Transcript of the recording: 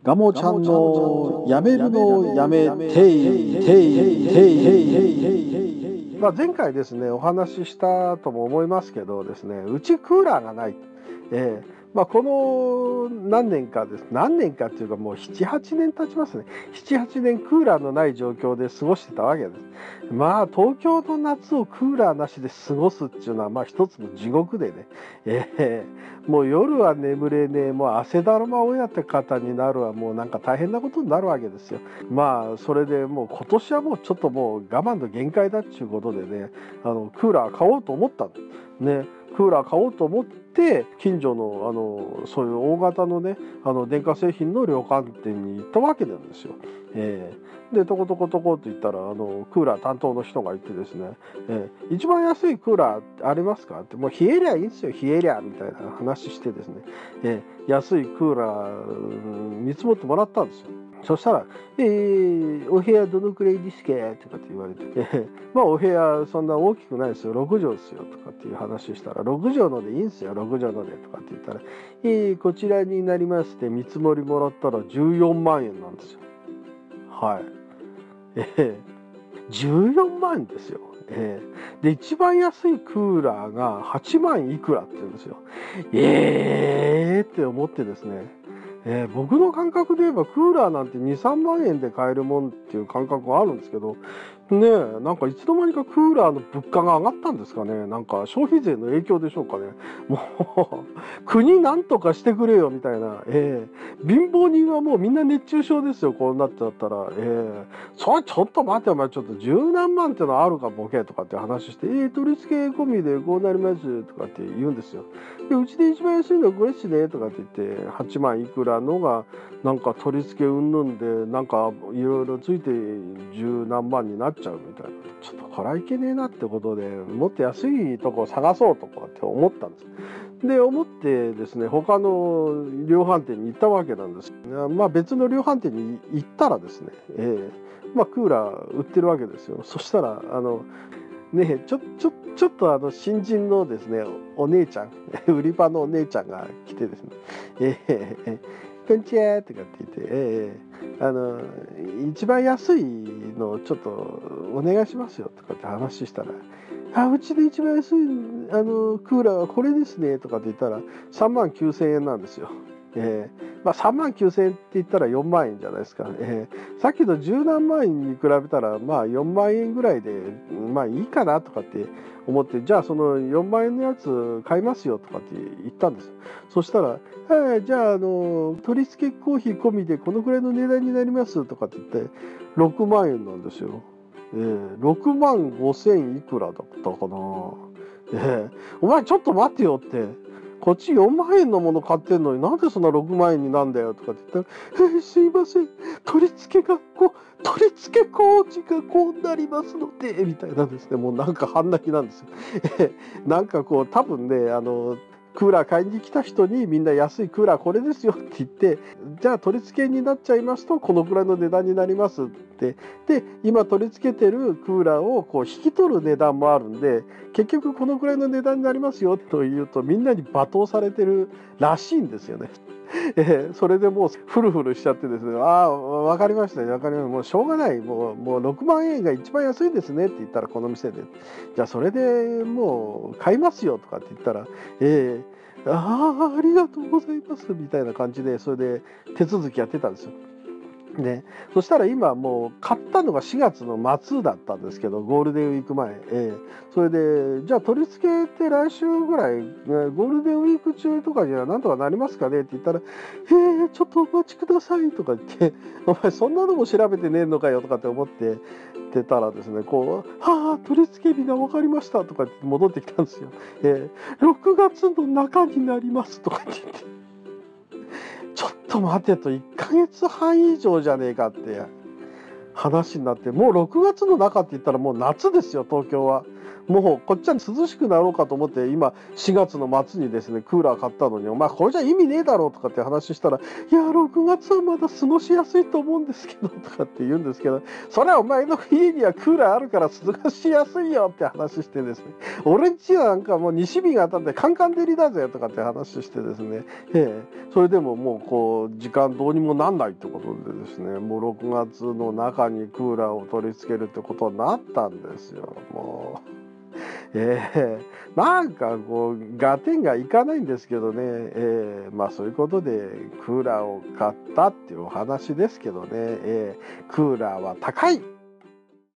ガモちゃんのやめるのやめていていてい。前回ですねお話ししたとも思いますけどですね、うちクーラーがない。この何年かっていうかもう 7,8 年経ちますね。7,8 年クーラーのない状況で過ごしてたわけです。東京の夏をクーラーなしで過ごすっていうのは一つの地獄でね、もう夜は眠れねえ、もう汗だるま親って方になるわ、もうなんか大変なことになるわけですよ。それでもう今年はもうちょっともう我慢の限界だっていうことでね、クーラー買おうと思ったね。クーラー買おうと思って近所のそういう大型のね電化製品の量販店に行ったわけなんですよ。でトコトコと言ったらクーラー担当の人がいてですね、一番安いクーラーありますかって、もう冷えりゃいいんですよ、冷えりゃみたいな話してですね、安いクーラー見積もってもらったんですよ。そしたら、お部屋どのくらいですかとかって言われて、お部屋そんな大きくないですよ、6畳ですよとかっていう話したら、6畳のでいいんですよ、6畳のでとかって言ったら、こちらになりますって見積もりもらったら14万円なんですよ。はい。14万円ですよ。で、一番安いクーラーが8万いくらって言うんですよ。って思ってですね。僕の感覚で言えばクーラーなんて2、3万円で買えるもんっていう感覚があるんですけど、なんかいつの間にかクーラーの物価が上がったんですかね。なんか消費税の影響でしょうかね。もう国なんとかしてくれよみたいな。貧乏人はもうみんな熱中症ですよ、こうなっちゃったら。それちょっと待って、お前ちょっと十何万ってのあるかボケとかって話して、取り付け込みでこうなりますとかって言うんですよ。で、うちで一番安いのはこれっすねとかって言って8万いくらのがなんか取り付けうんぬんでなんかいろいろついて十何万になっちゃうみたいな、ちょっとこれはいけねえなってことで、もっと安いとこを探そうとかって思ったんです。で思ってですね、他の量販店に行ったわけなんです。別の量販店に行ったらですね、クーラー売ってるわけですよ。そしたらちょっと新人のですねお姉ちゃん売り場のお姉ちゃんが来てですねこんにちはとかって言って、一番安いのをちょっとお願いしますよとかって話したら、うちで一番安いクーラーはこれですねとかって言ったら3万9,000円なんですよ。3万9,000円って言ったら4万円じゃないですか。さっきの十何万円に比べたら4万円ぐらいでいいかなとかって思って、じゃあその4万円のやつ買いますよとかって言ったんです。そしたら、じゃあ取り付け公費込みでこのくらいの値段になりますとかって言って6万円なんですよ。6万5,000いくらだったかな。お前ちょっと待ってよって、こっち4万円のもの買ってんのになんでそんな6万円になんだよとかって言ったら、すいません、取り付け工事がこうなりますのでみたいなんですね。もうなんか半泣きなんですよ。なんかこう多分ねクーラー買いに来た人にみんな安いクーラーこれですよって言って、じゃあ取り付けになっちゃいますとこのくらいの値段になりますって、で今取り付けてるクーラーをこう引き取る値段もあるんで結局このくらいの値段になりますよというとみんなに罵倒されてるらしいんですよね。それでもうフルフルしちゃってですね、わかりましたよ、わかりました、もうしょうがない、もう6万円が一番安いですねって言ったらこの店で、じゃあそれでもう買いますよとかって言ったら、ありがとうございますみたいな感じでそれで手続きやってたんですよ。そしたら今もう買ったのが4月の末だったんですけど、ゴールデンウィーク前、それでじゃあ取り付けて来週ぐらい、ゴールデンウィーク中とかにはなんとかなりますかねって言ったら、ちょっとお待ちくださいとか言ってお前そんなのも調べてねえのかよとかって思っててたらですね、こう取り付け日が分かりましたとか言って戻ってきたんですよ。6月の中になりますとか言って、ちょっと待てと、1ヶ月半以上じゃねえかって話になって、もう6月の中って言ったらもう夏ですよ、東京は。 もうこっちは涼しくなろうかと思って今4月の末にですねクーラー買ったのに、お前これじゃ意味ねえだろうとかって話したら、いや6月はまだ過ごしやすいと思うんですけどとかって言うんですけど、それはお前の家にはクーラーあるから過ごしやすいよって話してですね、俺んちはなんかもう西日が当たってカンカン照りだぜとかって話してですね、それでももうこう時間どうにもなんないってことでですね、もう6月の中にクーラーを取り付けるってことになったんですよ。もうなんかこう合点がいかないんですけどね、まあそういうことでクーラーを買ったっていうお話ですけどね、クーラーは高い。